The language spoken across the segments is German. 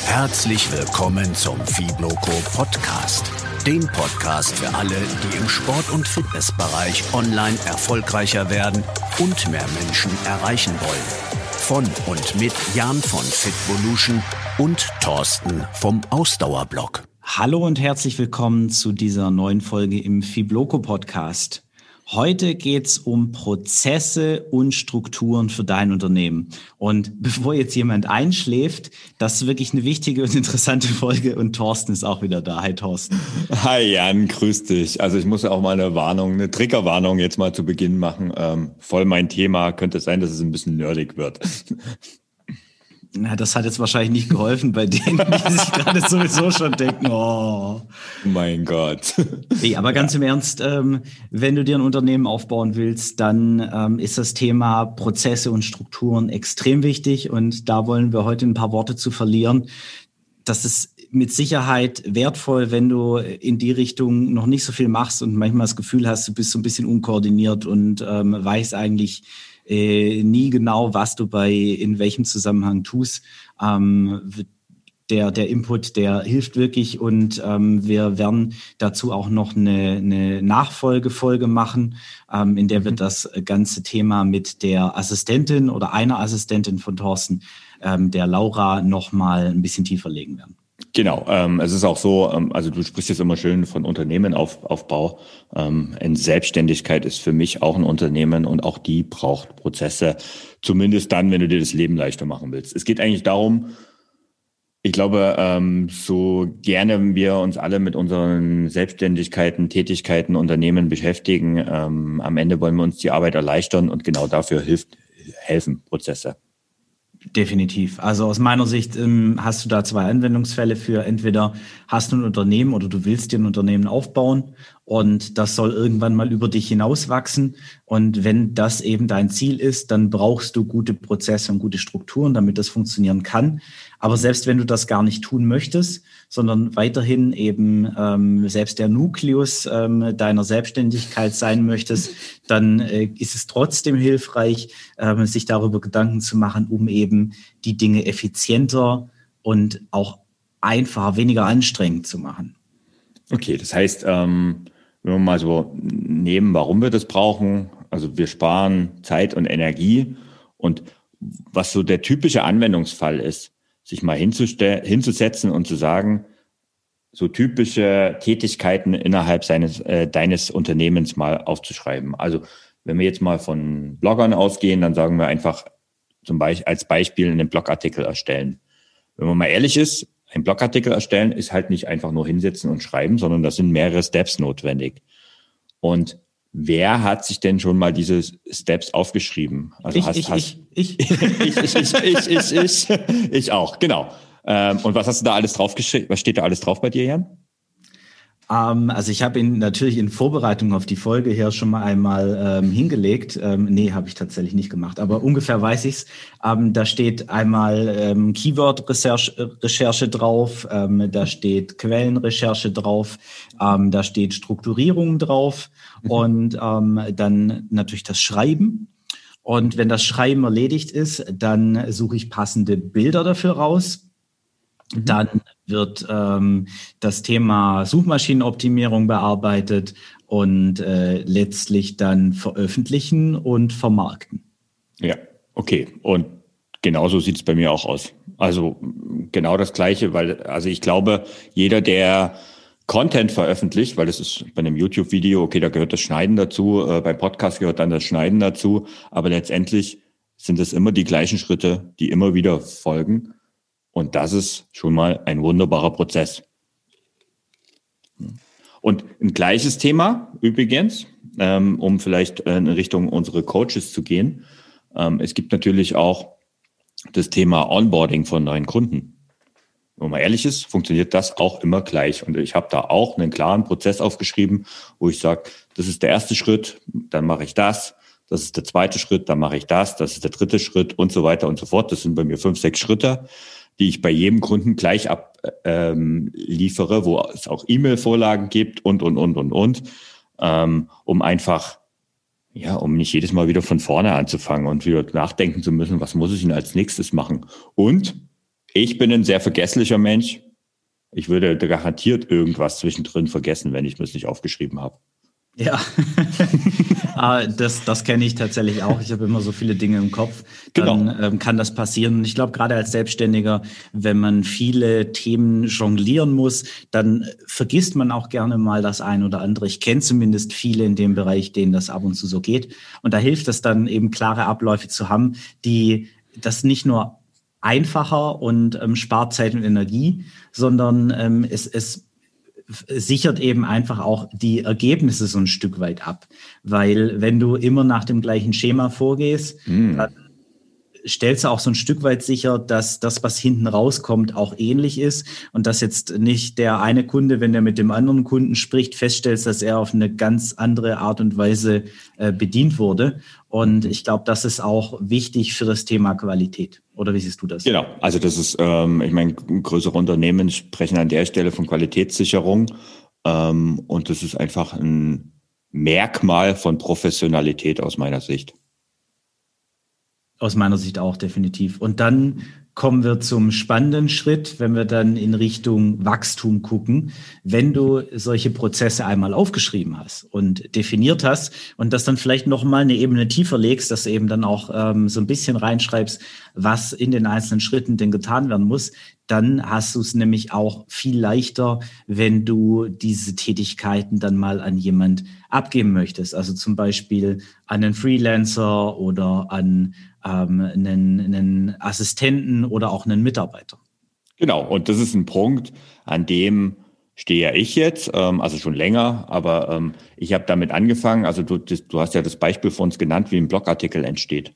Herzlich willkommen zum Fibloco Podcast. Dem Podcast für alle, die im Sport- und Fitnessbereich online erfolgreicher werden und mehr Menschen erreichen wollen. Von und mit Jan von Fitvolution und Thorsten vom Ausdauerblog. Hallo und herzlich willkommen zu dieser neuen Folge im Fibloco Podcast. Heute geht's um Prozesse und Strukturen für dein Unternehmen. Und bevor jetzt jemand einschläft, das ist wirklich eine wichtige und interessante Folge. Und Thorsten ist auch wieder da. Hi Thorsten. Hi Jan, grüß dich. Also ich muss auch mal eine Triggerwarnung jetzt mal zu Beginn machen. Voll mein Thema. Könnte sein, dass es ein bisschen nerdig wird. Na, das hat jetzt wahrscheinlich nicht geholfen bei denen, die sich gerade sowieso schon denken, oh. Mein Gott. Nee, aber ganz im Ernst, wenn du dir ein Unternehmen aufbauen willst, dann ist das Thema Prozesse und Strukturen extrem wichtig. Und da wollen wir heute ein paar Worte zu verlieren. Das ist mit Sicherheit wertvoll, wenn du in die Richtung noch nicht so viel machst und manchmal das Gefühl hast, du bist so ein bisschen unkoordiniert und weißt eigentlich nie genau, was du in welchem Zusammenhang tust. Der Input, der hilft wirklich und wir werden dazu auch noch eine Nachfolgefolge machen, in der wir das ganze Thema mit der Assistentin oder einer Assistentin von Thorsten, der Laura, nochmal ein bisschen tiefer legen werden. Genau, es ist auch so, also du sprichst jetzt immer schön von Unternehmenaufbau. In Selbstständigkeit ist für mich auch ein Unternehmen und auch die braucht Prozesse, zumindest dann, wenn du dir das Leben leichter machen willst. Es geht eigentlich darum, ich glaube, so gerne wir uns alle mit unseren Selbstständigkeiten, Tätigkeiten, Unternehmen beschäftigen, am Ende wollen wir uns die Arbeit erleichtern und genau dafür helfen Prozesse. Definitiv. Also aus meiner Sicht hast du da zwei Anwendungsfälle für. Entweder hast du ein Unternehmen oder du willst dir ein Unternehmen aufbauen und das soll irgendwann mal über dich hinauswachsen. Und wenn das eben dein Ziel ist, dann brauchst du gute Prozesse und gute Strukturen, damit das funktionieren kann. Aber selbst wenn du das gar nicht tun möchtest, sondern weiterhin eben selbst der Nukleus deiner Selbstständigkeit sein möchtest, dann ist es trotzdem hilfreich, sich darüber Gedanken zu machen, um eben die Dinge effizienter und auch einfacher, weniger anstrengend zu machen. Okay, das heißt, wenn wir mal so nehmen, warum wir das brauchen, also wir sparen Zeit und Energie und was so der typische Anwendungsfall ist, sich mal hinzusetzen und zu sagen, so typische Tätigkeiten innerhalb deines Unternehmens mal aufzuschreiben. Also wenn wir jetzt mal von Bloggern ausgehen, dann sagen wir einfach zum Beispiel als Beispiel einen Blogartikel erstellen. Wenn man mal ehrlich ist, ein Blogartikel erstellen ist halt nicht einfach nur hinsetzen und schreiben, sondern das sind mehrere Steps notwendig. Und wer hat sich denn schon mal diese Steps aufgeschrieben? Also ich auch, genau. Und was hast du da alles draufgeschrieben? Was steht da alles drauf bei dir, Jan? Also ich habe ihn natürlich in Vorbereitung auf die Folge hier schon mal einmal hingelegt. Nee, habe ich tatsächlich nicht gemacht, aber ungefähr weiß ich's. Da steht einmal Keyword-Recherche drauf, da steht Quellenrecherche drauf, da steht Strukturierung drauf und dann natürlich das Schreiben. Und wenn das Schreiben erledigt ist, dann suche ich passende Bilder dafür raus. Dann wird das Thema Suchmaschinenoptimierung bearbeitet und letztlich dann veröffentlichen und vermarkten. Ja, okay. Und genauso sieht es bei mir auch aus. Also genau das Gleiche, weil also ich glaube, jeder, der Content veröffentlicht, weil das ist bei einem YouTube-Video, okay, da gehört das Schneiden dazu, beim Podcast gehört dann das Schneiden dazu, aber letztendlich sind es immer die gleichen Schritte, die immer wieder folgen. Und das ist schon mal ein wunderbarer Prozess. Und ein gleiches Thema übrigens, um vielleicht in Richtung unsere Coaches zu gehen. Es gibt natürlich auch das Thema Onboarding von neuen Kunden. Wenn man ehrlich ist, funktioniert das auch immer gleich. Und ich habe da auch einen klaren Prozess aufgeschrieben, wo ich sage, das ist der erste Schritt, dann mache ich das. Das ist der zweite Schritt, dann mache ich das. Das ist der dritte Schritt und so weiter und so fort. Das sind bei mir 5, 6 Schritte, die ich bei jedem Kunden gleich abliefere, wo es auch E-Mail-Vorlagen gibt und. Um einfach, ja, um nicht jedes Mal wieder von vorne anzufangen und wieder nachdenken zu müssen, was muss ich denn als nächstes machen? Und Ich bin ein sehr vergesslicher Mensch. Ich würde garantiert irgendwas zwischendrin vergessen, wenn ich mir es nicht aufgeschrieben habe. Ja, das kenne ich tatsächlich auch. Ich habe immer so viele Dinge im Kopf. Dann kann das passieren. Und ich glaube, gerade als Selbstständiger, wenn man viele Themen jonglieren muss, dann vergisst man auch gerne mal das ein oder andere. Ich kenne zumindest viele in dem Bereich, denen das ab und zu so geht. Und da hilft es dann eben, klare Abläufe zu haben, die das nicht nur einfacher und spart Zeit und Energie, sondern es sichert eben einfach auch die Ergebnisse so ein Stück weit ab. Weil wenn du immer nach dem gleichen Schema vorgehst, dann stellst du auch so ein Stück weit sicher, dass das, was hinten rauskommt, auch ähnlich ist und dass jetzt nicht der eine Kunde, wenn der mit dem anderen Kunden spricht, feststellt, dass er auf eine ganz andere Art und Weise bedient wurde. Und ich glaube, das ist auch wichtig für das Thema Qualität. Oder wie siehst du das? Genau, also das ist, ich meine, größere Unternehmen sprechen an der Stelle von Qualitätssicherung und das ist einfach ein Merkmal von Professionalität aus meiner Sicht. Aus meiner Sicht auch definitiv. Und dann kommen wir zum spannenden Schritt, wenn wir dann in Richtung Wachstum gucken. Wenn du solche Prozesse einmal aufgeschrieben hast und definiert hast und das dann vielleicht noch mal eine Ebene tiefer legst, dass du eben dann auch so ein bisschen reinschreibst, was in den einzelnen Schritten denn getan werden muss, dann hast du es nämlich auch viel leichter, wenn du diese Tätigkeiten dann mal an jemand abgeben möchtest. Also zum Beispiel an einen Freelancer oder an einen Assistenten oder auch einen Mitarbeiter. Genau, und das ist ein Punkt, an dem stehe ich jetzt, also schon länger, aber ich habe damit angefangen, also du hast ja das Beispiel von uns genannt, wie ein Blogartikel entsteht.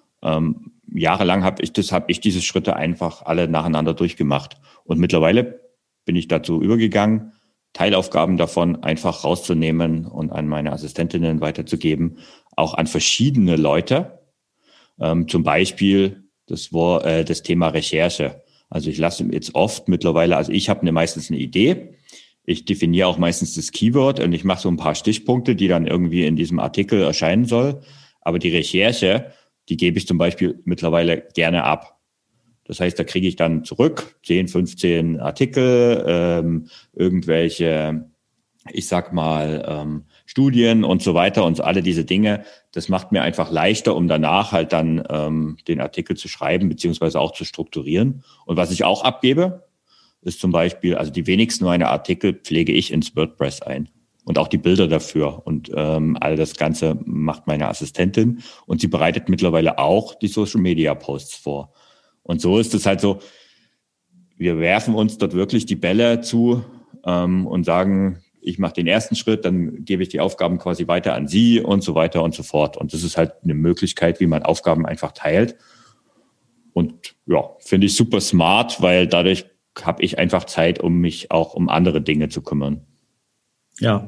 Jahrelang habe ich diese Schritte einfach alle nacheinander durchgemacht. Und mittlerweile bin ich dazu übergegangen, Teilaufgaben davon einfach rauszunehmen und an meine Assistentinnen weiterzugeben, auch an verschiedene Leute. Zum Beispiel das Thema Recherche. Also ich lasse jetzt oft mittlerweile, also ich habe meistens eine Idee, ich definiere auch meistens das Keyword und ich mache so ein paar Stichpunkte, die dann irgendwie in diesem Artikel erscheinen soll. Aber die Recherche, die gebe ich zum Beispiel mittlerweile gerne ab. Das heißt, da kriege ich dann zurück 10, 15 Artikel, irgendwelche, ich sag mal, Studien und so weiter und alle diese Dinge. Das macht mir einfach leichter, um danach halt dann den Artikel zu schreiben, beziehungsweise auch zu strukturieren. Und was ich auch abgebe, ist zum Beispiel, also die wenigsten meiner Artikel pflege ich ins WordPress ein. Und auch die Bilder dafür. Und all das Ganze macht meine Assistentin. Und sie bereitet mittlerweile auch die Social-Media-Posts vor. Und so ist es halt so, wir werfen uns dort wirklich die Bälle zu und sagen, ich mache den ersten Schritt, dann gebe ich die Aufgaben quasi weiter an sie und so weiter und so fort. Und das ist halt eine Möglichkeit, wie man Aufgaben einfach teilt. Und ja, finde ich super smart, weil dadurch habe ich einfach Zeit, um mich auch um andere Dinge zu kümmern. Ja,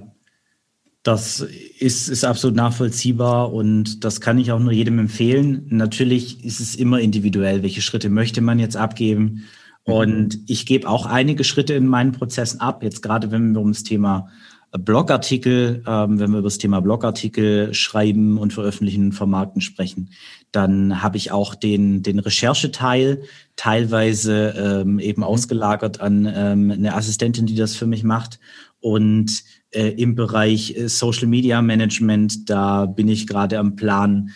das ist absolut nachvollziehbar und das kann ich auch nur jedem empfehlen. Natürlich ist es immer individuell, welche Schritte möchte man jetzt abgeben. Und ich gebe auch einige Schritte in meinen Prozessen ab. Jetzt gerade, wenn wir ums Thema Blogartikel, wenn wir über das Thema Blogartikel schreiben und veröffentlichen und vermarkten sprechen, dann habe ich auch den Rechercheteil teilweise eben ausgelagert an eine Assistentin, die das für mich macht. Und im Bereich Social Media Management, da bin ich gerade am Plan,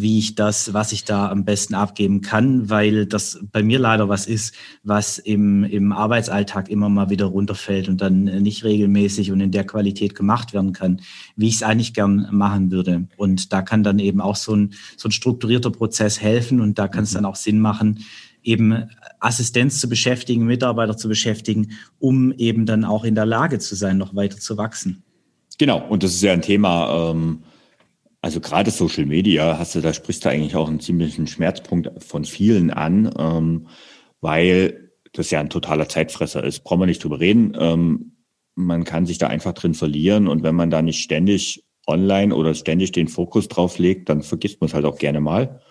was ich da am besten abgeben kann, weil das bei mir leider was ist, was im Arbeitsalltag immer mal wieder runterfällt und dann nicht regelmäßig und in der Qualität gemacht werden kann, wie ich es eigentlich gern machen würde. Und da kann dann eben auch so ein strukturierter Prozess helfen und da kann es dann auch Sinn machen, eben Assistenz zu beschäftigen, Mitarbeiter zu beschäftigen, um eben dann auch in der Lage zu sein, noch weiter zu wachsen. Genau, und das ist ja ein Thema, also gerade Social Media, da sprichst du eigentlich auch einen ziemlichen Schmerzpunkt von vielen an, weil das ja ein totaler Zeitfresser ist. Brauchen wir nicht drüber reden. Man kann sich da einfach drin verlieren und wenn man da nicht ständig online oder ständig den Fokus drauf legt, dann vergisst man es halt auch gerne mal.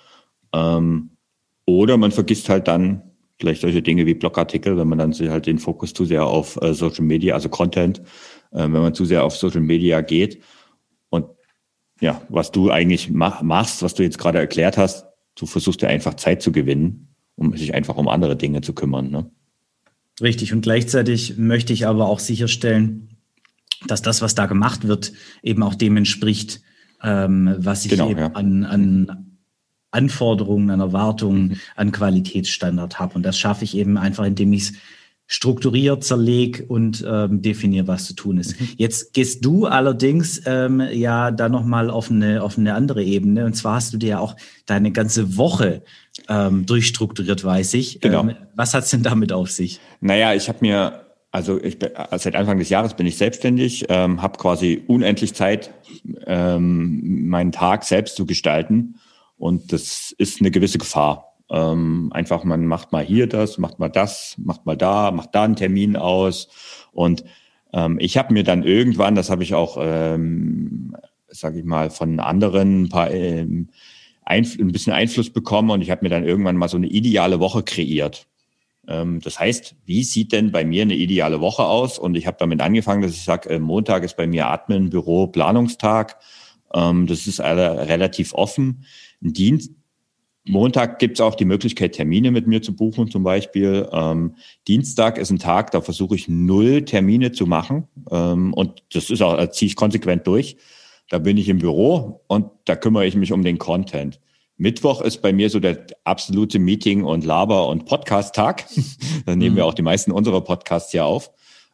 Oder man vergisst halt dann vielleicht solche Dinge wie Blogartikel, wenn man dann halt den Fokus zu sehr auf Social Media, also Content, wenn man zu sehr auf Social Media geht. Und was du eigentlich machst, was du jetzt gerade erklärt hast, du versuchst ja einfach Zeit zu gewinnen um sich einfach um andere Dinge zu kümmern. Ne? Richtig. Und gleichzeitig möchte ich aber auch sicherstellen, dass das, was da gemacht wird, eben auch dem entspricht, was ich an Anforderungen, an Erwartungen, an Qualitätsstandard habe. Und das schaffe ich eben einfach, indem ich es strukturiert, zerlege und definiere, was zu tun ist. Jetzt gehst du allerdings ja da nochmal auf eine andere Ebene. Und zwar hast du dir ja auch deine ganze Woche durchstrukturiert, weiß ich. Genau. Was hat es denn damit auf sich? Naja, seit Anfang des Jahres bin ich selbstständig, habe quasi unendlich Zeit, meinen Tag selbst zu gestalten. Und das ist eine gewisse Gefahr. Einfach, man macht mal hier das, macht mal das, macht mal da, macht da einen Termin aus. Und ich habe mir dann irgendwann, das habe ich auch, sage ich mal, von anderen ein bisschen Einfluss bekommen und ich habe mir dann irgendwann mal so eine ideale Woche kreiert. Das heißt, wie sieht denn bei mir eine ideale Woche aus? Und ich habe damit angefangen, dass ich sage, Montag ist bei mir Admin, Büro, Planungstag. Das ist relativ offen. Montag gibt es auch die Möglichkeit, Termine mit mir zu buchen zum Beispiel. Dienstag ist ein Tag, da versuche ich 0 Termine zu machen. Und das ziehe ich konsequent durch. Da bin ich im Büro und da kümmere ich mich um den Content. Mittwoch ist bei mir so der absolute Meeting- und Laber- und Podcast-Tag. Da nehmen wir auch die meisten unserer Podcasts hier auf.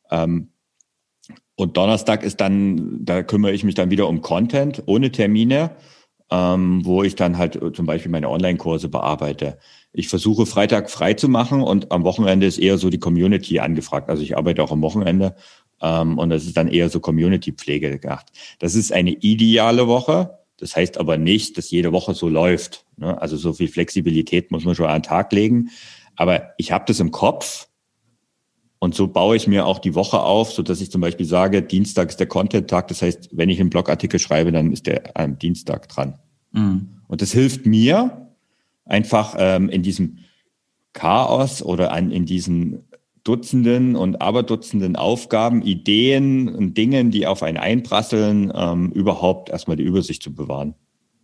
Und Donnerstag da kümmere ich mich dann wieder um Content ohne Termine, wo ich dann halt zum Beispiel meine Online-Kurse bearbeite. Ich versuche Freitag frei zu machen und am Wochenende ist eher so die Community angefragt. Also ich arbeite auch am Wochenende und das ist dann eher so Community-Pflege gemacht. Das ist eine ideale Woche. Das heißt aber nicht, dass jede Woche so läuft. Ne? Also so viel Flexibilität muss man schon an den Tag legen. Aber ich habe das im Kopf und so baue ich mir auch die Woche auf, so dass ich zum Beispiel sage, Dienstag ist der Content-Tag. Das heißt, wenn ich einen Blogartikel schreibe, dann ist der am Dienstag dran. Mhm. Und das hilft mir einfach in diesem Chaos oder in diesen Dutzenden und Aberdutzenden Aufgaben, Ideen und Dingen, die auf einen einprasseln, überhaupt erstmal die Übersicht zu bewahren.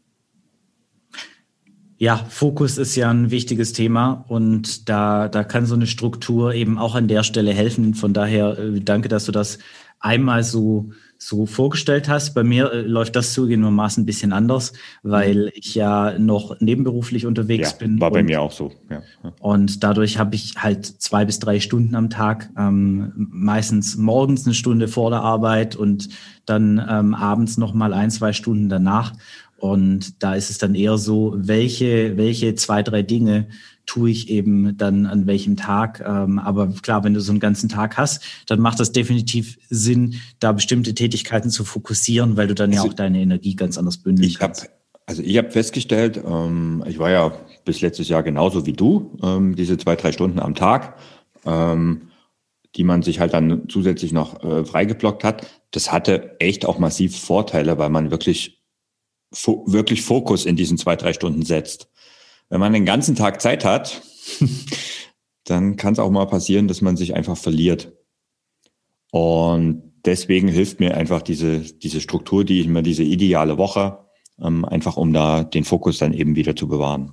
Ja, Fokus ist ja ein wichtiges Thema und da kann so eine Struktur eben auch an der Stelle helfen. Von daher danke, dass du das einmal so vorgestellt hast. Bei mir läuft das zugegebenermaßen ein bisschen anders, weil ich ja noch nebenberuflich unterwegs bin. War bei mir auch so. Ja. Und dadurch habe ich halt 2 bis 3 Stunden am Tag, meistens morgens eine Stunde vor der Arbeit und dann abends nochmal 1, 2 Stunden danach. Und da ist es dann eher so, welche 2, 3 Dinge tue ich eben dann an welchem Tag. Aber klar, wenn du so einen ganzen Tag hast, dann macht das definitiv Sinn, da bestimmte Tätigkeiten zu fokussieren, weil du dann ja auch deine Energie ganz anders bündeln kannst. Ich habe festgestellt, ich war ja bis letztes Jahr genauso wie du, diese 2, 3 Stunden am Tag, die man sich halt dann zusätzlich noch freigeblockt hat. Das hatte echt auch massiv Vorteile, weil man wirklich Fokus in diesen 2, 3 Stunden setzt. Wenn man den ganzen Tag Zeit hat, dann kann es auch mal passieren, dass man sich einfach verliert. Und deswegen hilft mir einfach diese Struktur, diese ideale Woche, einfach um da den Fokus dann eben wieder zu bewahren.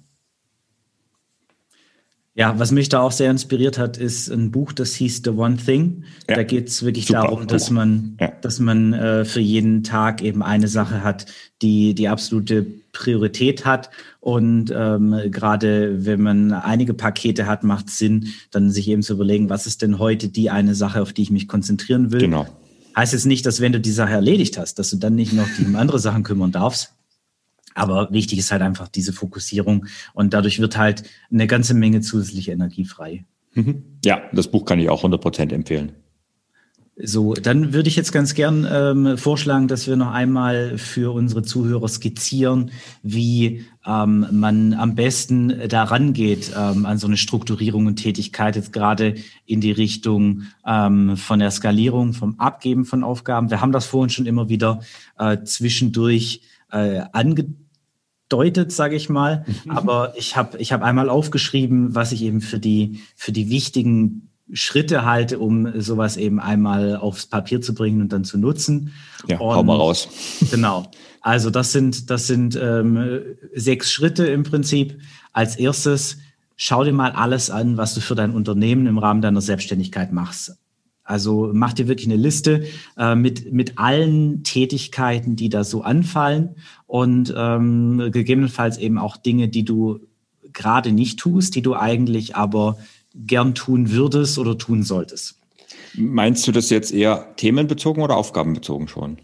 Ja, was mich da auch sehr inspiriert hat, ist ein Buch, das hieß The One Thing. Ja, da geht es wirklich darum, dass man für jeden Tag eben eine Sache hat, die absolute Priorität hat. Und gerade wenn man einige Pakete hat, macht es Sinn, dann sich eben zu überlegen, was ist denn heute die eine Sache, auf die ich mich konzentrieren will. Genau. Heißt jetzt nicht, dass wenn du die Sache erledigt hast, dass du dann nicht noch dich um andere Sachen kümmern darfst. Aber wichtig ist halt einfach diese Fokussierung und dadurch wird halt eine ganze Menge zusätzliche Energie frei. Ja, das Buch kann ich auch 100% empfehlen. So, dann würde ich jetzt ganz gern vorschlagen, dass wir noch einmal für unsere Zuhörer skizzieren, wie man am besten daran geht an so eine Strukturierung und Tätigkeit, jetzt gerade in die Richtung von der Skalierung, vom Abgeben von Aufgaben. Wir haben das vorhin schon immer wieder zwischendurch angedeutet, sage ich mal. Aber ich hab einmal aufgeschrieben, was ich eben für die wichtigen Schritte halte, um sowas eben einmal aufs Papier zu bringen und dann zu nutzen. Ja, hau mal raus. Genau. Also das sind 6 Schritte im Prinzip. Als erstes schau dir mal alles an, was du für dein Unternehmen im Rahmen deiner Selbstständigkeit machst. Also mach dir wirklich eine Liste mit allen Tätigkeiten, die da so anfallen und gegebenenfalls eben auch Dinge, die du gerade nicht tust, die du eigentlich aber gern tun würdest oder tun solltest. Meinst du das jetzt eher themenbezogen oder aufgabenbezogen schon?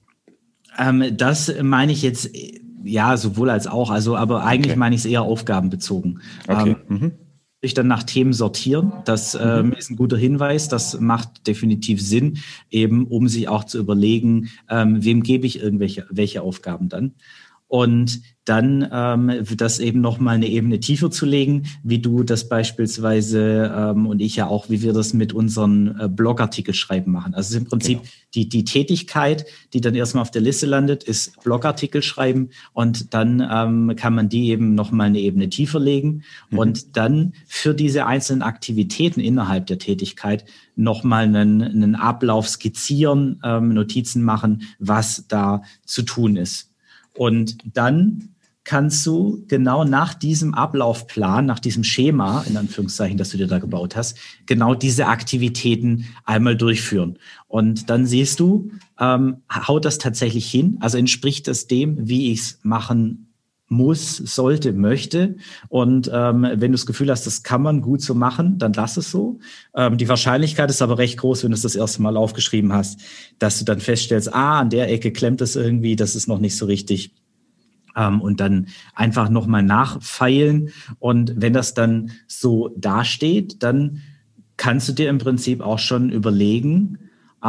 Das meine ich jetzt, ja, sowohl als auch. Also, aber eigentlich meine ich es eher aufgabenbezogen. Okay. Ich dann nach Themen sortieren. Das ist ein guter Hinweis. Das macht definitiv Sinn, eben um sich auch zu überlegen, wem gebe ich welche Aufgaben dann. Und dann das eben nochmal eine Ebene tiefer zu legen, wie du das beispielsweise und ich ja auch, wie wir das mit unseren Blogartikel schreiben machen. Also im Prinzip die Tätigkeit, die dann erstmal auf der Liste landet, ist Blogartikel schreiben und dann kann man die eben nochmal eine Ebene tiefer legen und dann für diese einzelnen Aktivitäten innerhalb der Tätigkeit nochmal einen Ablauf skizzieren, Notizen machen, was da zu tun ist. Und dann kannst du genau nach diesem Ablaufplan, nach diesem Schema, in Anführungszeichen, das du dir da gebaut hast, genau diese Aktivitäten einmal durchführen. Und dann siehst du, haut das tatsächlich hin? Also entspricht das dem, wie ich es machen muss, sollte, möchte. Und wenn du das Gefühl hast, das kann man gut so machen, dann lass es so. Die Wahrscheinlichkeit ist aber recht groß, wenn du es das erste Mal aufgeschrieben hast, dass du dann feststellst, an der Ecke klemmt es irgendwie, das ist noch nicht so richtig. Und dann einfach nochmal nachfeilen. Und wenn das dann so dasteht, dann kannst du dir im Prinzip auch schon überlegen,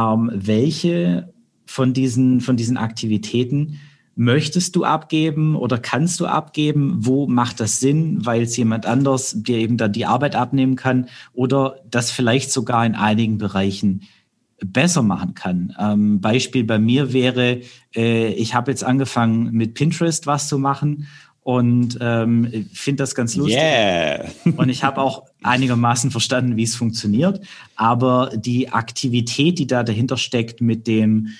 welche von diesen Aktivitäten möchtest du abgeben oder kannst du abgeben? Wo macht das Sinn, weil es jemand anders dir eben dann die Arbeit abnehmen kann oder das vielleicht sogar in einigen Bereichen besser machen kann. Beispiel bei mir wäre, ich habe jetzt angefangen mit Pinterest was zu machen und finde das ganz lustig. Yeah. Und ich habe auch einigermaßen verstanden, wie es funktioniert. Aber die Aktivität, die da dahinter steckt mit dem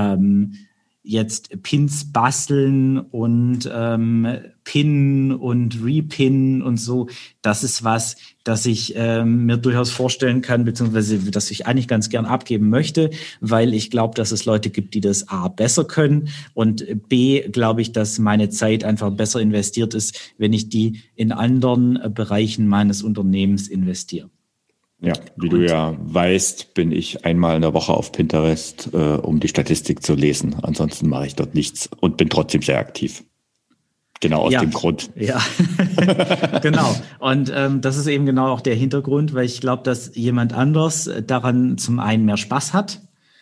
jetzt Pins basteln und pinnen und repinnen und so, das ist was, das ich mir durchaus vorstellen kann, beziehungsweise das ich eigentlich ganz gern abgeben möchte, weil ich glaube, dass es Leute gibt, die das A, besser können und B, glaube ich, dass meine Zeit einfach besser investiert ist, wenn ich die in anderen Bereichen meines Unternehmens investiere. Ja, wie du ja weißt, bin ich einmal in der Woche auf Pinterest, um die Statistik zu lesen. Ansonsten mache ich dort nichts und bin trotzdem sehr aktiv. Genau aus dem Grund. Ja, genau. Und das ist eben genau auch der Hintergrund, weil ich glaube, dass jemand anders daran zum einen mehr Spaß hat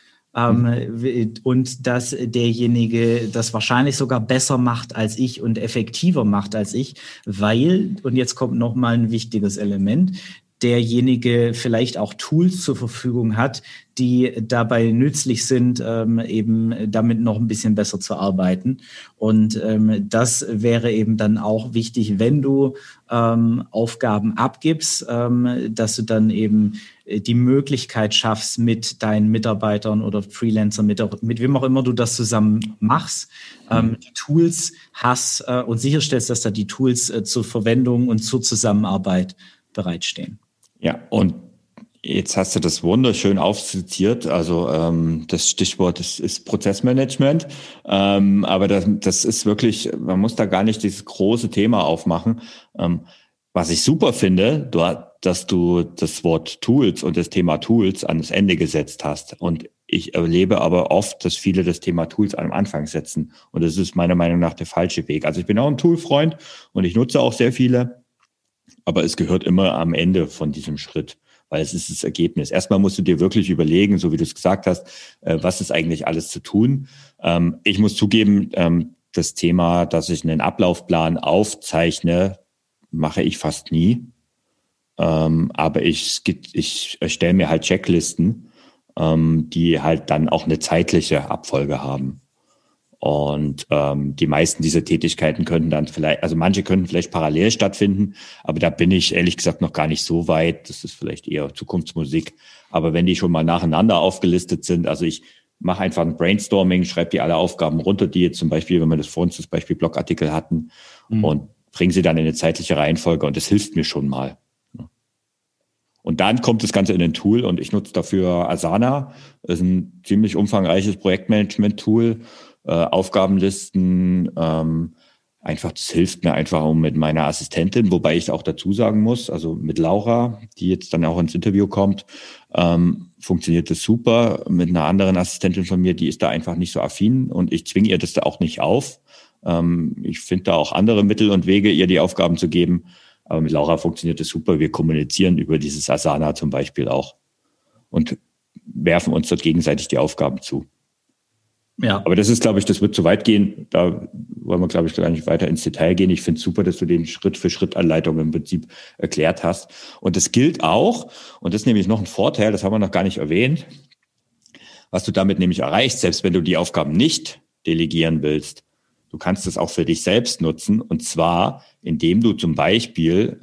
und dass derjenige das wahrscheinlich sogar besser macht als ich und effektiver macht als ich, weil, und jetzt kommt noch mal ein wichtiges Element, derjenige vielleicht auch Tools zur Verfügung hat, die dabei nützlich sind, eben damit noch ein bisschen besser zu arbeiten. Und das wäre eben dann auch wichtig, wenn du Aufgaben abgibst, dass du dann eben die Möglichkeit schaffst, mit deinen Mitarbeitern oder Freelancern, mit wem auch immer du das zusammen machst, die Tools hast und sicherstellst, dass da die Tools zur Verwendung und zur Zusammenarbeit bereitstehen. Ja, und jetzt hast du das wunderschön aufskizziert. Also das Stichwort ist Prozessmanagement. Aber das ist wirklich, man muss da gar nicht dieses große Thema aufmachen. Was ich super finde, dass du das Wort Tools und das Thema Tools an das Ende gesetzt hast. Und ich erlebe aber oft, dass viele das Thema Tools am Anfang setzen. Und das ist meiner Meinung nach der falsche Weg. Also ich bin auch ein Tool-Freund und ich nutze auch sehr viele. Aber es gehört immer am Ende von diesem Schritt, weil es ist das Ergebnis. Erstmal musst du dir wirklich überlegen, so wie du es gesagt hast, was ist eigentlich alles zu tun. Ich muss zugeben, das Thema, dass ich einen Ablaufplan aufzeichne, mache ich fast nie. Aber ich erstelle mir halt Checklisten, die halt dann auch eine zeitliche Abfolge haben. Und die meisten dieser Tätigkeiten könnten dann vielleicht, also manche könnten vielleicht parallel stattfinden, aber da bin ich ehrlich gesagt noch gar nicht so weit. Das ist vielleicht eher Zukunftsmusik. Aber wenn die schon mal nacheinander aufgelistet sind, also ich mache einfach ein Brainstorming, schreibe die alle Aufgaben runter, die jetzt zum Beispiel, wenn wir das vor uns das Beispiel Blogartikel hatten, und bringe sie dann in eine zeitliche Reihenfolge und das hilft mir schon mal. Und dann kommt das Ganze in ein Tool und ich nutze dafür Asana. Das ist ein ziemlich umfangreiches Projektmanagement-Tool, Aufgabenlisten, einfach, das hilft mir einfach um mit meiner Assistentin, wobei ich auch dazu sagen muss, also mit Laura, die jetzt dann auch ins Interview kommt, funktioniert das super. Mit einer anderen Assistentin von mir, die ist da einfach nicht so affin und ich zwinge ihr das da auch nicht auf. Ich finde da auch andere Mittel und Wege, ihr die Aufgaben zu geben. Aber mit Laura funktioniert das super. Wir kommunizieren über dieses Asana zum Beispiel auch und werfen uns dort gegenseitig die Aufgaben zu. Ja. Aber das ist, glaube ich, das wird zu weit gehen. Da wollen wir, glaube ich, gar nicht weiter ins Detail gehen. Ich finde es super, dass du den Schritt-für-Schritt-Anleitung im Prinzip erklärt hast. Und das gilt auch, und das ist nämlich noch ein Vorteil, das haben wir noch gar nicht erwähnt, was du damit nämlich erreichst, selbst wenn du die Aufgaben nicht delegieren willst. Du kannst es auch für dich selbst nutzen, und zwar, indem du zum Beispiel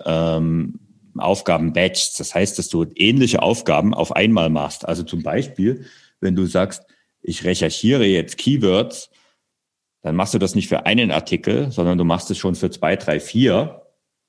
Aufgaben batchst. Das heißt, dass du ähnliche Aufgaben auf einmal machst. Also zum Beispiel, wenn du sagst, ich recherchiere jetzt Keywords, dann machst du das nicht für einen Artikel, sondern du machst es schon für 2, 3, 4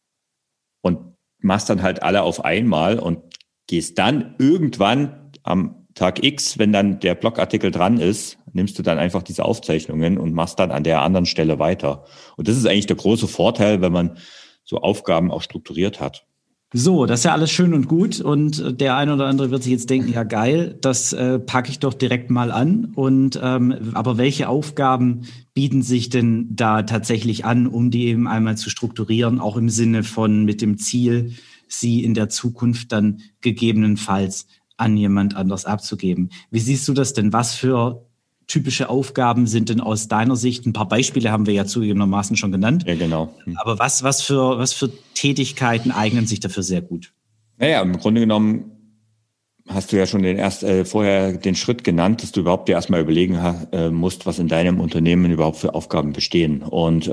und machst dann halt alle auf einmal und gehst dann irgendwann am Tag X, wenn dann der Blogartikel dran ist, nimmst du dann einfach diese Aufzeichnungen und machst dann an der anderen Stelle weiter. Und das ist eigentlich der große Vorteil, wenn man so Aufgaben auch strukturiert hat. So, das ist ja alles schön und gut und der eine oder andere wird sich jetzt denken, ja geil, das packe ich doch direkt mal an. Und aber welche Aufgaben bieten sich denn da tatsächlich an, um die eben einmal zu strukturieren, auch im Sinne von mit dem Ziel, sie in der Zukunft dann gegebenenfalls an jemand anders abzugeben? Wie siehst du das denn? Was für typische Aufgaben sind denn aus deiner Sicht? Ein paar Beispiele haben wir ja zugegebenermaßen schon genannt. Ja, genau. Aber was für Tätigkeiten eignen sich dafür sehr gut? Naja, im Grunde genommen hast du ja schon vorher den Schritt genannt, dass du überhaupt dir erstmal überlegen musst, was in deinem Unternehmen überhaupt für Aufgaben bestehen. Und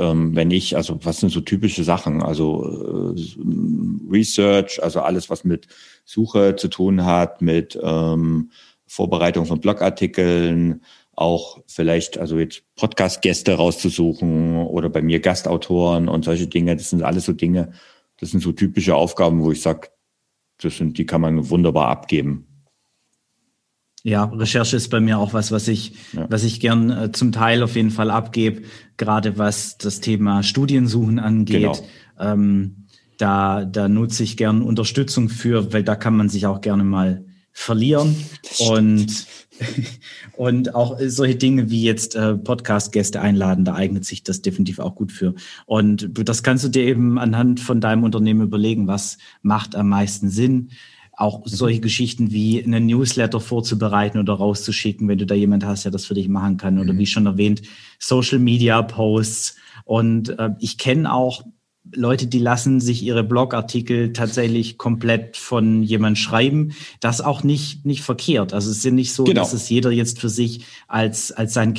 was sind so typische Sachen? Also Research, also alles, was mit Suche zu tun hat, mit Vorbereitung von Blogartikeln, auch vielleicht, also jetzt Podcast-Gäste rauszusuchen oder bei mir Gastautoren und solche Dinge. Das sind alles so Dinge, das sind so typische Aufgaben, wo ich sage, die kann man wunderbar abgeben. Ja, Recherche ist bei mir auch was ich gern zum Teil auf jeden Fall abgebe, gerade was das Thema Studiensuchen angeht. Genau. Da nutze ich gern Unterstützung für, weil da kann man sich auch gerne mal verlieren und auch solche Dinge wie jetzt Podcast-Gäste einladen, da eignet sich das definitiv auch gut für. Und das kannst du dir eben anhand von deinem Unternehmen überlegen, was macht am meisten Sinn. Auch solche Geschichten wie einen Newsletter vorzubereiten oder rauszuschicken, wenn du da jemand hast, der das für dich machen kann. Oder wie schon erwähnt, Social-Media-Posts. Und ich kenne auch Leute, die lassen sich ihre Blogartikel tatsächlich komplett von jemand schreiben. Das auch nicht verkehrt. Also es ist ja nicht so, dass es jeder jetzt für sich als seine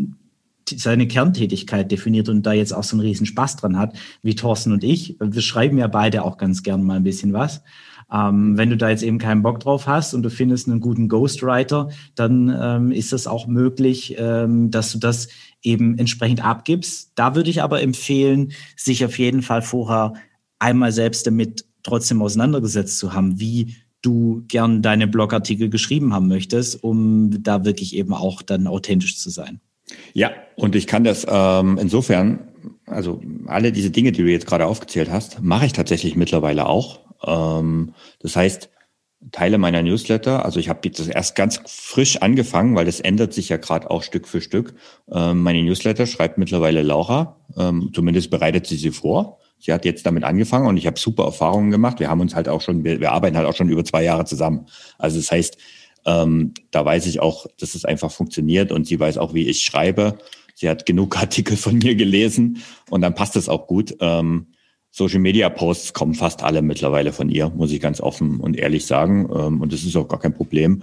Kerntätigkeit definiert und da jetzt auch so einen riesen Spaß dran hat, wie Thorsten und ich. Wir schreiben ja beide auch ganz gern mal ein bisschen was. Wenn du da jetzt eben keinen Bock drauf hast und du findest einen guten Ghostwriter, dann ist es auch möglich, dass du das eben entsprechend abgibst. Da würde ich aber empfehlen, sich auf jeden Fall vorher einmal selbst damit trotzdem auseinandergesetzt zu haben, wie du gern deine Blogartikel geschrieben haben möchtest, um da wirklich eben auch dann authentisch zu sein. Ja, und ich kann das insofern, also alle diese Dinge, die du jetzt gerade aufgezählt hast, mache ich tatsächlich mittlerweile auch. Das heißt, Teile meiner Newsletter, also ich habe jetzt das erst ganz frisch angefangen, weil das ändert sich ja gerade auch Stück für Stück. Meine Newsletter schreibt mittlerweile Laura, zumindest bereitet sie vor. Sie hat jetzt damit angefangen und ich habe super Erfahrungen gemacht. Wir arbeiten halt auch schon über 2 Jahre zusammen. Also das heißt, da weiß ich auch, dass es einfach funktioniert und sie weiß auch, wie ich schreibe. Sie hat genug Artikel von mir gelesen und dann passt es auch gut. Social-Media-Posts kommen fast alle mittlerweile von ihr, muss ich ganz offen und ehrlich sagen. Und das ist auch gar kein Problem.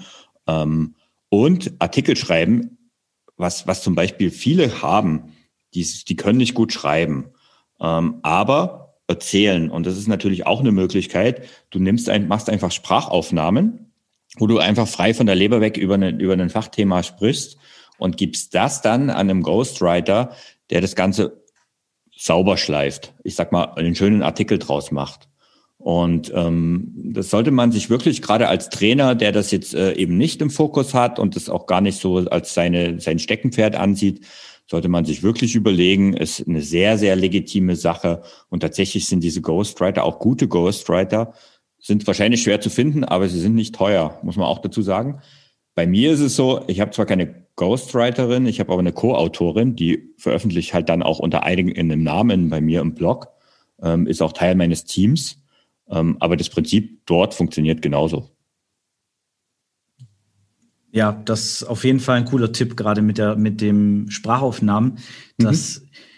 Und Artikel schreiben, was zum Beispiel viele haben, die können nicht gut schreiben, aber erzählen. Und das ist natürlich auch eine Möglichkeit. Du machst einfach Sprachaufnahmen, wo du einfach frei von der Leber weg über ein Fachthema sprichst und gibst das dann an einem Ghostwriter, der das Ganze sauber schleift. Ich sag mal, einen schönen Artikel draus macht. Und das sollte man sich wirklich, gerade als Trainer, der das jetzt eben nicht im Fokus hat und das auch gar nicht so als sein Steckenpferd ansieht, sollte man sich wirklich überlegen, ist eine sehr, sehr legitime Sache. Und tatsächlich sind diese Ghostwriter, auch gute Ghostwriter, sind wahrscheinlich schwer zu finden, aber sie sind nicht teuer, muss man auch dazu sagen. Bei mir ist es so, ich habe zwar keine Ghostwriterin, ich habe aber eine Co-Autorin, die veröffentlicht halt dann auch unter einem Namen bei mir im Blog, ist auch Teil meines Teams. Aber das Prinzip dort funktioniert genauso. Ja, das ist auf jeden Fall ein cooler Tipp, gerade mit dem Sprachaufnahmen. Das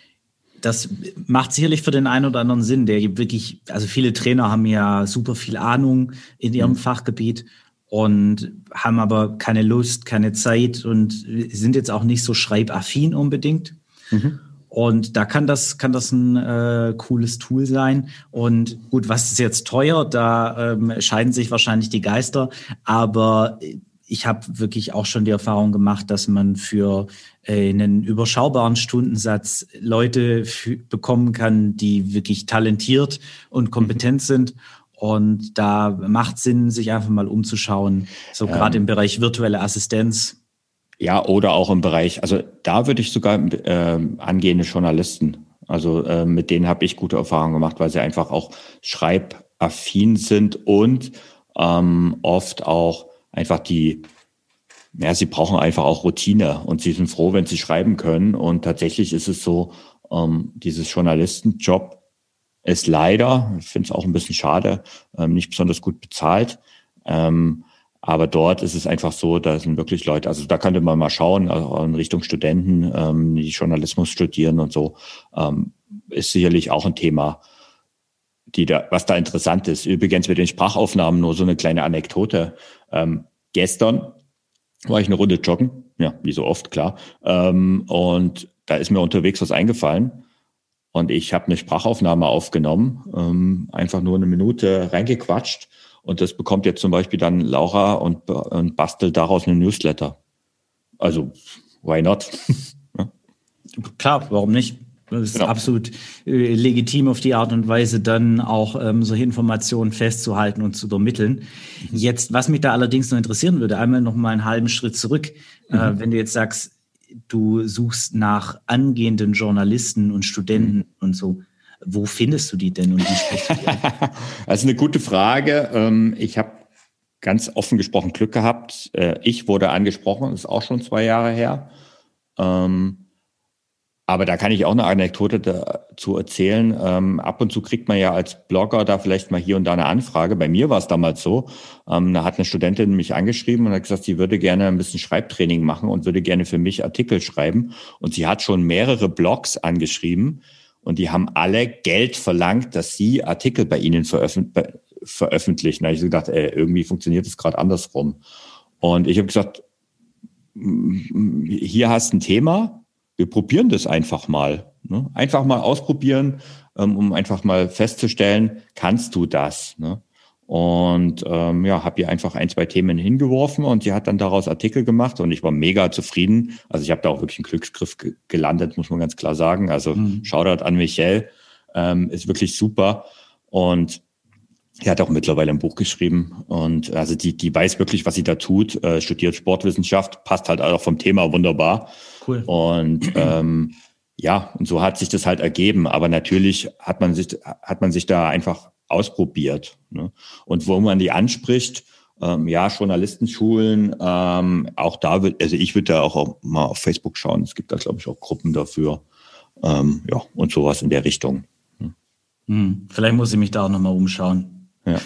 macht sicherlich für den einen oder anderen Sinn, der wirklich, also viele Trainer haben ja super viel Ahnung in ihrem Fachgebiet und haben aber keine Lust, keine Zeit und sind jetzt auch nicht so schreibaffin unbedingt. Und da kann das ein cooles Tool sein. Und gut, was ist jetzt teuer? Da scheiden sich wahrscheinlich die Geister. Aber ich habe wirklich auch schon die Erfahrung gemacht, dass man für einen überschaubaren Stundensatz Leute bekommen kann, die wirklich talentiert und kompetent sind. Und da macht Sinn, sich einfach mal umzuschauen. So gerade im Bereich virtuelle Assistenz. Ja, oder auch im Bereich, also da würde ich sogar angehende Journalisten, also mit denen habe ich gute Erfahrungen gemacht, weil sie einfach auch schreibaffin sind und oft auch einfach sie brauchen einfach auch Routine und sie sind froh, wenn sie schreiben können. Und tatsächlich ist es so, dieses Journalistenjob ist leider, ich finde es auch ein bisschen schade, nicht besonders gut bezahlt. Aber dort ist es einfach so, da sind wirklich Leute, also da könnte man mal schauen, also in Richtung Studenten, die Journalismus studieren und so, ist sicherlich auch ein Thema, was da interessant ist. Übrigens mit den Sprachaufnahmen nur so eine kleine Anekdote. Gestern war ich eine Runde joggen, ja, wie so oft, klar. Und da ist mir unterwegs was eingefallen. Und ich habe eine Sprachaufnahme aufgenommen, einfach nur eine Minute reingequatscht. Und das bekommt jetzt zum Beispiel dann Laura und bastelt daraus einen Newsletter. Also, why not? Ja. Klar, warum nicht? Das ist absolut legitim, auf die Art und Weise dann auch solche Informationen festzuhalten und zu übermitteln. Jetzt, was mich da allerdings noch interessieren würde, einmal noch mal einen halben Schritt zurück. Wenn du jetzt sagst, du suchst nach angehenden Journalisten und Studenten und so, wo findest du die denn und wie sprichst du die an? Das ist eine gute Frage. Ich habe ganz offen gesprochen Glück gehabt. Ich wurde angesprochen, das ist auch schon 2 Jahre her. Aber da kann ich auch eine Anekdote dazu erzählen. Ab und zu kriegt man ja als Blogger da vielleicht mal hier und da eine Anfrage. Bei mir war es damals so, da hat eine Studentin mich angeschrieben und hat gesagt, sie würde gerne ein bisschen Schreibtraining machen und würde gerne für mich Artikel schreiben. Und sie hat schon mehrere Blogs angeschrieben und die haben alle Geld verlangt, dass sie Artikel bei ihnen veröffentlichen. Da habe ich so gedacht, irgendwie funktioniert es gerade andersrum. Und ich habe gesagt, hier hast du ein Thema, wir probieren das einfach mal. Ne? Einfach mal ausprobieren, um einfach mal festzustellen, kannst du das? Ne? Und habe ihr einfach 1, 2 Themen hingeworfen und sie hat dann daraus Artikel gemacht und ich war mega zufrieden. Also ich habe da auch wirklich einen Glücksgriff gelandet, muss man ganz klar sagen. Also Shoutout an Michelle, ist wirklich super. Und sie hat auch mittlerweile ein Buch geschrieben und also die weiß wirklich, was sie da tut, studiert Sportwissenschaft, passt halt auch vom Thema wunderbar. Cool. Und und so hat sich das halt ergeben. Aber natürlich hat man sich da einfach ausprobiert. Ne? Und wo man die anspricht, Journalistenschulen, auch da ich würde da auch mal auf Facebook schauen. Es gibt da, glaube ich, auch Gruppen dafür. Und sowas in der Richtung. Vielleicht muss ich mich da auch nochmal umschauen. Ja.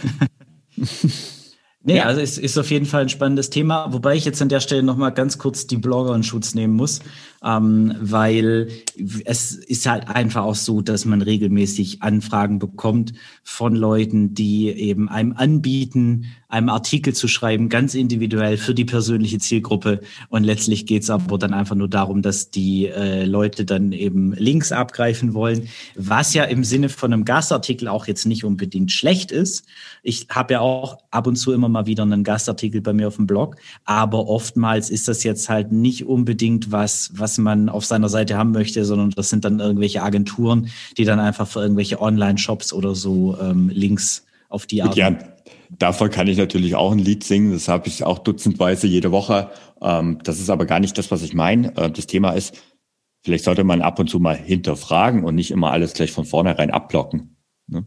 Also es ist auf jeden Fall ein spannendes Thema, wobei ich jetzt an der Stelle nochmal ganz kurz die Blogger in Schutz nehmen muss, weil es ist halt einfach auch so, dass man regelmäßig Anfragen bekommt von Leuten, die eben einem anbieten, einem Artikel zu schreiben, ganz individuell für die persönliche Zielgruppe. Und letztlich geht es aber dann einfach nur darum, dass die Leute dann eben Links abgreifen wollen, was ja im Sinne von einem Gastartikel auch jetzt nicht unbedingt schlecht ist. Ich habe ja auch ab und zu immer mal wieder einen Gastartikel bei mir auf dem Blog, aber oftmals ist das jetzt halt nicht unbedingt was man auf seiner Seite haben möchte, sondern das sind dann irgendwelche Agenturen, die dann einfach für irgendwelche Online-Shops oder so Links auf die Art. Ja, davon kann ich natürlich auch ein Lied singen. Das habe ich auch dutzendweise jede Woche. Das ist aber gar nicht das, was ich meine. Das Thema ist, vielleicht sollte man ab und zu mal hinterfragen und nicht immer alles gleich von vornherein abblocken. Ne?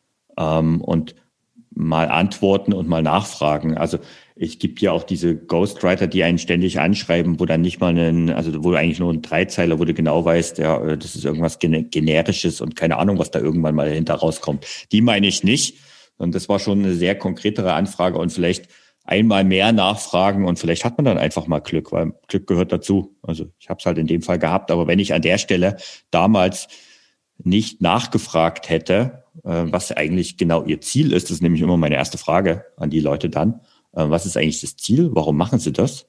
Und mal antworten und mal nachfragen. Also ich gibt ja auch diese Ghostwriter, die einen ständig anschreiben, wo dann nicht mal wo eigentlich nur ein Dreizeiler, wo du genau weißt, ja, das ist irgendwas Generisches und keine Ahnung, was da irgendwann mal dahinter rauskommt. Die meine ich nicht. Und das war schon eine sehr konkretere Anfrage und vielleicht einmal mehr nachfragen und vielleicht hat man dann einfach mal Glück, weil Glück gehört dazu. Also ich habe es halt in dem Fall gehabt, aber wenn ich an der Stelle damals nicht nachgefragt hätte, was eigentlich genau ihr Ziel ist, das ist nämlich immer meine erste Frage an die Leute dann, was ist eigentlich das Ziel, warum machen sie das?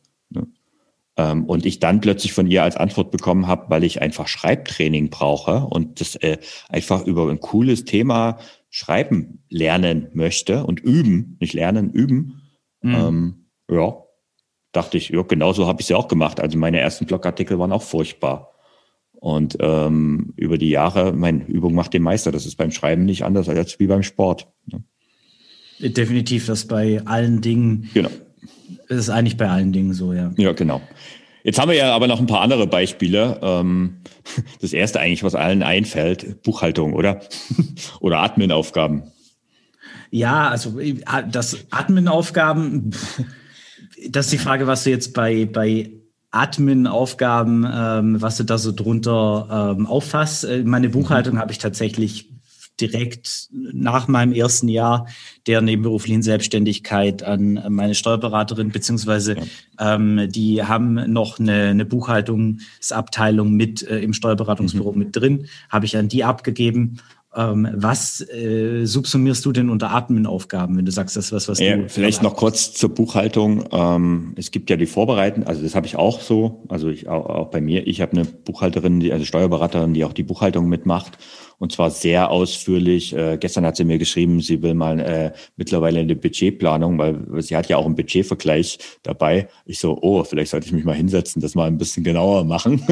Und ich dann plötzlich von ihr als Antwort bekommen habe, weil ich einfach Schreibtraining brauche und das einfach über ein cooles Thema schreiben lernen möchte und üben, nicht lernen, üben. Ja, dachte ich, ja, genau so habe ich es ja auch gemacht. Also meine ersten Blogartikel waren auch furchtbar. Und über die Jahre, Übung macht den Meister. Das ist beim Schreiben nicht anders als wie beim Sport. Ne? Definitiv, das bei allen Dingen. Genau. Das ist eigentlich bei allen Dingen so, ja. Ja, genau. Jetzt haben wir ja aber noch ein paar andere Beispiele. Das erste eigentlich, was allen einfällt, Buchhaltung, oder? Oder Admin-Aufgaben. Ja, also das Admin-Aufgaben, das ist die Frage, was du jetzt bei Admin-Aufgaben, was du da so drunter auffasst. Meine Buchhaltung habe ich tatsächlich direkt nach meinem ersten Jahr der nebenberuflichen Selbstständigkeit an meine Steuerberaterin, beziehungsweise die haben noch eine Buchhaltungsabteilung mit im Steuerberatungsbüro mit drin, habe ich an die abgegeben. Was subsumierst du denn unter Admin-Aufgaben, wenn du sagst, das ist was du... Vielleicht noch kurz zur Buchhaltung. Es gibt ja die Vorbereiten, also das habe ich auch so, also auch bei mir, ich habe eine Buchhalterin, also Steuerberaterin, die auch die Buchhaltung mitmacht und zwar sehr ausführlich. Gestern hat sie mir geschrieben, sie will mal mittlerweile eine Budgetplanung, weil sie hat ja auch einen Budgetvergleich dabei. Ich so, vielleicht sollte ich mich mal hinsetzen, das mal ein bisschen genauer machen.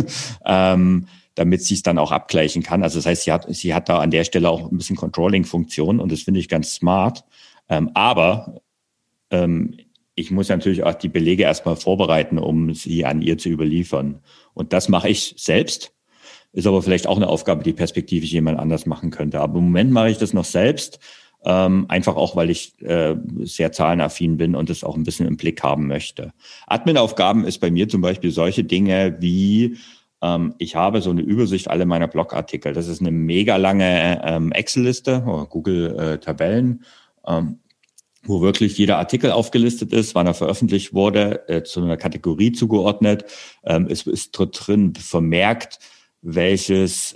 Damit sie es dann auch abgleichen kann. Also das heißt, sie hat da an der Stelle auch ein bisschen Controlling-Funktion und das finde ich ganz smart. Aber ich muss natürlich auch die Belege erstmal vorbereiten, um sie an ihr zu überliefern. Und das mache ich selbst. Ist aber vielleicht auch eine Aufgabe, die perspektivisch jemand anders machen könnte. Aber im Moment mache ich das noch selbst. Einfach auch, weil ich sehr zahlenaffin bin und das auch ein bisschen im Blick haben möchte. Admin-Aufgaben ist bei mir zum Beispiel solche Dinge wie ich habe so eine Übersicht aller meiner Blogartikel. Das ist eine mega lange Excel-Liste oder Google-Tabellen, wo wirklich jeder Artikel aufgelistet ist, wann er veröffentlicht wurde, zu einer Kategorie zugeordnet. Es ist dort drin vermerkt, welches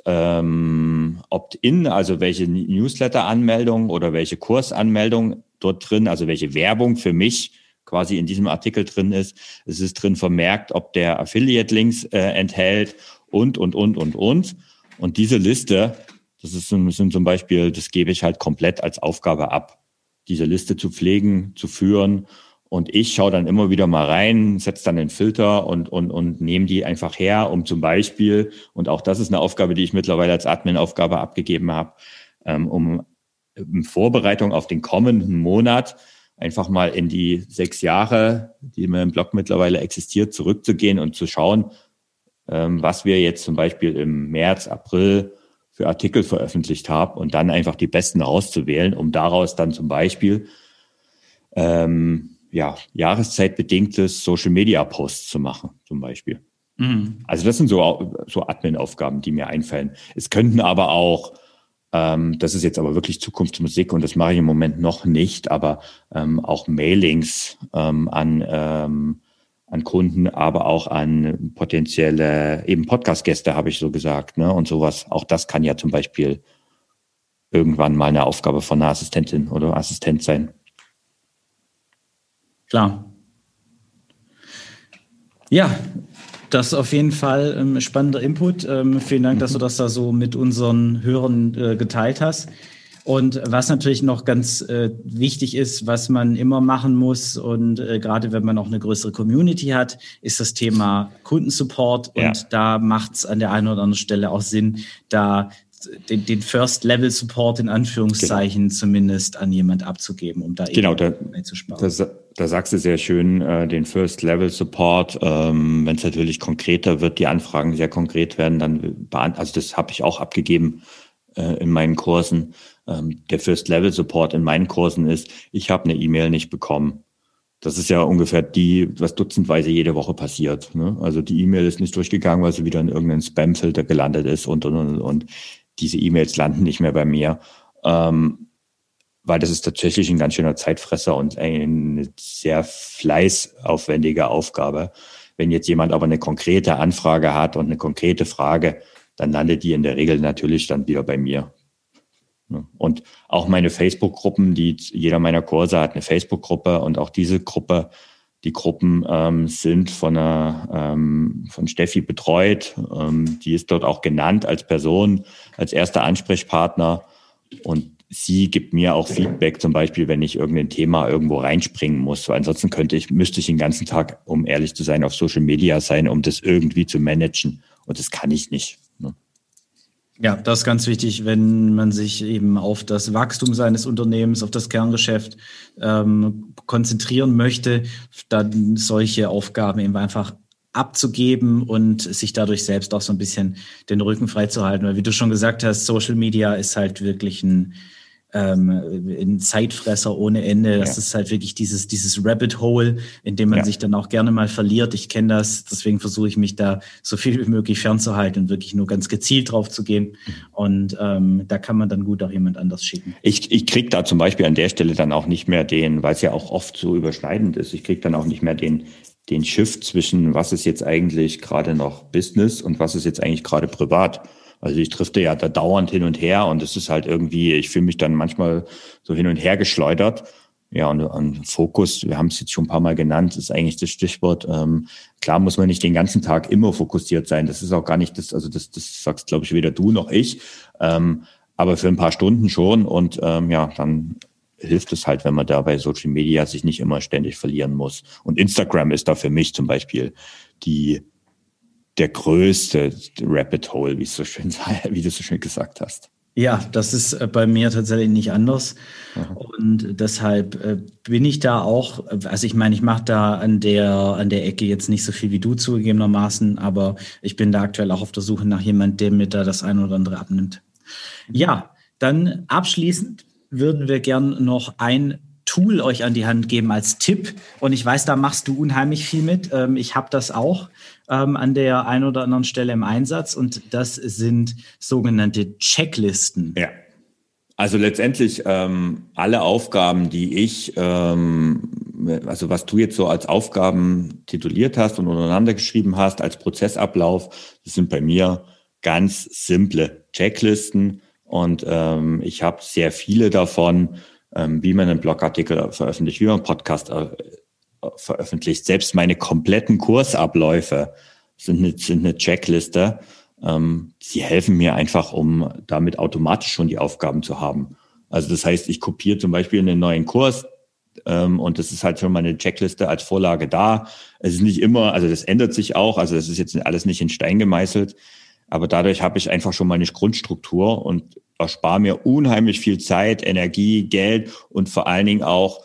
Opt-in, also welche Newsletter-Anmeldung oder welche Kursanmeldung dort drin, also welche Werbung für mich quasi in diesem Artikel drin ist. Es ist drin vermerkt, ob der Affiliate-Links enthält und. Und diese Liste, sind zum Beispiel, das gebe ich halt komplett als Aufgabe ab, diese Liste zu pflegen, zu führen. Und ich schaue dann immer wieder mal rein, setze dann den Filter und nehme die einfach her, um zum Beispiel, und auch das ist eine Aufgabe, die ich mittlerweile als Admin-Aufgabe abgegeben habe, um in Vorbereitung auf den kommenden Monat einfach mal in die 6 Jahre, die mein Blog mittlerweile existiert, zurückzugehen und zu schauen, was wir jetzt zum Beispiel im März, April für Artikel veröffentlicht haben und dann einfach die besten rauszuwählen, um daraus dann zum Beispiel jahreszeitbedingtes Social-Media-Posts zu machen, zum Beispiel. Mhm. Also das sind so Admin-Aufgaben, die mir einfallen. Es könnten aber auch das ist jetzt aber wirklich Zukunftsmusik und das mache ich im Moment noch nicht, aber auch Mailings an Kunden, aber auch an potenzielle eben Podcast-Gäste, habe ich so gesagt, ne, und sowas. Auch das kann ja zum Beispiel irgendwann mal eine Aufgabe von einer Assistentin oder Assistent sein. Klar. Ja, das ist auf jeden Fall spannender Input. Vielen Dank, dass du das da so mit unseren Hörern geteilt hast. Und was natürlich noch ganz wichtig ist, was man immer machen muss und gerade wenn man auch eine größere Community hat, ist das Thema Kundensupport. Und da macht es an der einen oder anderen Stelle auch Sinn, da den First-Level-Support in Anführungszeichen zumindest an jemand abzugeben, um da zu sparen. Da sagst du sehr schön, den First-Level-Support, wenn es natürlich konkreter wird, die Anfragen sehr konkret werden, also das habe ich auch abgegeben in meinen Kursen. Der First-Level-Support in meinen Kursen ist, ich habe eine E-Mail nicht bekommen. Das ist ja ungefähr was dutzendweise jede Woche passiert. Ne? Also die E-Mail ist nicht durchgegangen, weil sie wieder in irgendeinem Spam-Filter gelandet ist und diese E-Mails landen nicht mehr bei mir. Weil das ist tatsächlich ein ganz schöner Zeitfresser und eine sehr fleißaufwendige Aufgabe. Wenn jetzt jemand aber eine konkrete Anfrage hat und eine konkrete Frage, dann landet die in der Regel natürlich dann wieder bei mir. Und auch meine Facebook-Gruppen, jeder meiner Kurse hat eine Facebook-Gruppe und auch diese Gruppe, die Gruppen sind von Steffi betreut. Die ist dort auch genannt als Person, als erster Ansprechpartner und sie gibt mir auch Feedback, zum Beispiel, wenn ich irgendein Thema irgendwo reinspringen muss. Weil ansonsten müsste ich den ganzen Tag, um ehrlich zu sein, auf Social Media sein, um das irgendwie zu managen. Und das kann ich nicht. Ne? Ja, das ist ganz wichtig, wenn man sich eben auf das Wachstum seines Unternehmens, auf das Kerngeschäft konzentrieren möchte, dann solche Aufgaben eben einfach abzugeben und sich dadurch selbst auch so ein bisschen den Rücken freizuhalten. Weil wie du schon gesagt hast, Social Media ist halt wirklich ein Zeitfresser ohne Ende. Das ist halt wirklich dieses Rabbit Hole, in dem man sich dann auch gerne mal verliert. Ich kenne das, deswegen versuche ich mich da so viel wie möglich fernzuhalten und wirklich nur ganz gezielt drauf zu gehen. Und da kann man dann gut auch jemand anders schicken. Ich kriege da zum Beispiel an der Stelle dann auch nicht mehr weil es ja auch oft so überschneidend ist, ich kriege dann auch nicht mehr den Shift zwischen, was ist jetzt eigentlich gerade noch Business und was ist jetzt eigentlich gerade privat. Also ich drifte ja da dauernd hin und her und es ist halt irgendwie, ich fühle mich dann manchmal so hin und her geschleudert. Ja, und Fokus, wir haben es jetzt schon ein paar Mal genannt, ist eigentlich das Stichwort. Klar muss man nicht den ganzen Tag immer fokussiert sein. Das ist auch gar nicht das sagst, glaube ich, weder du noch ich. Aber für ein paar Stunden schon und dann hilft es halt, wenn man da bei Social Media sich nicht immer ständig verlieren muss. Und Instagram ist da für mich zum Beispiel der größte Rabbit Hole, wie du so schön gesagt hast. Ja, das ist bei mir tatsächlich nicht anders. Aha. Und deshalb bin ich da auch, also ich meine, ich mache da an der Ecke jetzt nicht so viel wie du zugegebenermaßen, aber ich bin da aktuell auch auf der Suche nach jemandem, der mir da das eine oder andere abnimmt. Ja, dann abschließend würden wir gern noch ein Tool euch an die Hand geben als Tipp. Und ich weiß, da machst du unheimlich viel mit. Ich habe das auch an der einen oder anderen Stelle im Einsatz. Und das sind sogenannte Checklisten. Ja, also letztendlich alle Aufgaben, die ich, also was du jetzt so als Aufgaben tituliert hast und untereinander geschrieben hast, als Prozessablauf, das sind bei mir ganz simple Checklisten. Und ich habe sehr viele davon, wie man einen Blogartikel veröffentlicht, wie man einen Podcast veröffentlicht. Selbst meine kompletten Kursabläufe sind eine Checkliste. Sie helfen mir einfach, um damit automatisch schon die Aufgaben zu haben. Also das heißt, ich kopiere zum Beispiel einen neuen Kurs und das ist halt schon mal eine Checkliste als Vorlage da. Es ist nicht immer, also das ändert sich auch, also das ist jetzt alles nicht in Stein gemeißelt, aber dadurch habe ich einfach schon mal eine Grundstruktur und erspare mir unheimlich viel Zeit, Energie, Geld und vor allen Dingen auch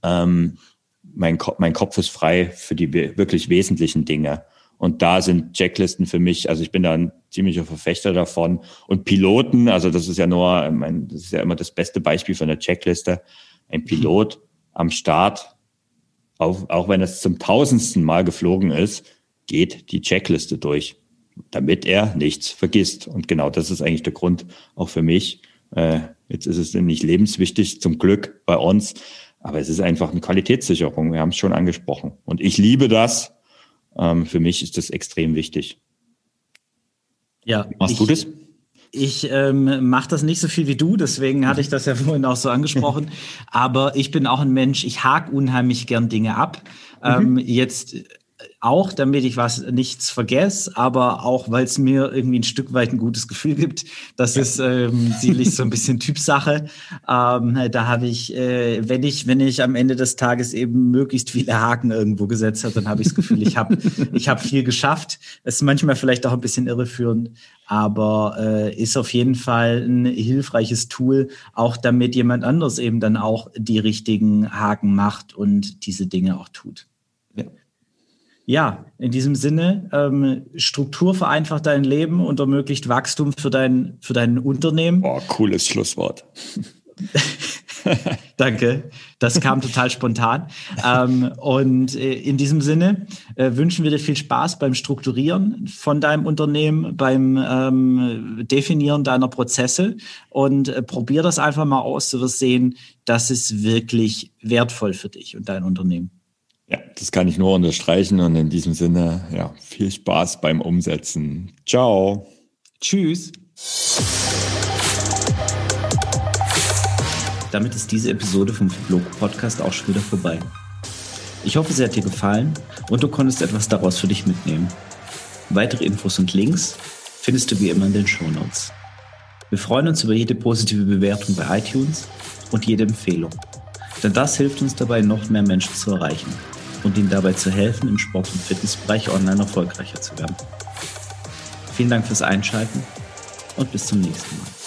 mein Kopf ist frei für die wirklich wesentlichen Dinge. Und da sind Checklisten für mich, also ich bin da ein ziemlicher Verfechter davon. Und Piloten, also das ist ja immer das beste Beispiel für eine Checkliste. Ein Pilot am Start, auch wenn es zum 1000. Mal geflogen ist, geht die Checkliste durch, damit er nichts vergisst. Und genau das ist eigentlich der Grund auch für mich. Jetzt ist es nicht lebenswichtig, zum Glück bei uns, aber es ist einfach eine Qualitätssicherung. Wir haben es schon angesprochen. Und ich liebe das. Für mich ist das extrem wichtig. Ja. Machst du das? Ich mache das nicht so viel wie du, deswegen hatte ich das ja vorhin auch so angesprochen. Aber ich bin auch ein Mensch, ich hake unheimlich gern Dinge ab. Jetzt auch, damit ich nichts vergesse, aber auch, weil es mir irgendwie ein Stück weit ein gutes Gefühl gibt. Das ist sicherlich so ein bisschen Typsache. Da habe ich, wenn ich am Ende des Tages eben möglichst viele Haken irgendwo gesetzt habe, dann habe ich das Gefühl, ich hab viel geschafft. Es ist manchmal vielleicht auch ein bisschen irreführend, aber ist auf jeden Fall ein hilfreiches Tool, auch damit jemand anderes eben dann auch die richtigen Haken macht und diese Dinge auch tut. Ja, in diesem Sinne, Struktur vereinfacht dein Leben und ermöglicht Wachstum für dein Unternehmen. Oh, cooles Schlusswort. Danke, das kam total spontan. Und in diesem Sinne wünschen wir dir viel Spaß beim Strukturieren von deinem Unternehmen, beim Definieren deiner Prozesse und probier das einfach mal aus. Du wirst sehen, das ist wirklich wertvoll für dich und dein Unternehmen. Ja, das kann ich nur unterstreichen und in diesem Sinne, ja, viel Spaß beim Umsetzen. Ciao. Tschüss. Damit ist diese Episode vom Fibloco Podcast auch schon wieder vorbei. Ich hoffe, sie hat dir gefallen und du konntest etwas daraus für dich mitnehmen. Weitere Infos und Links findest du wie immer in den Shownotes. Wir freuen uns über jede positive Bewertung bei iTunes und jede Empfehlung, denn das hilft uns dabei, noch mehr Menschen zu erreichen und ihnen dabei zu helfen, im Sport- und Fitnessbereich online erfolgreicher zu werden. Vielen Dank fürs Einschalten und bis zum nächsten Mal.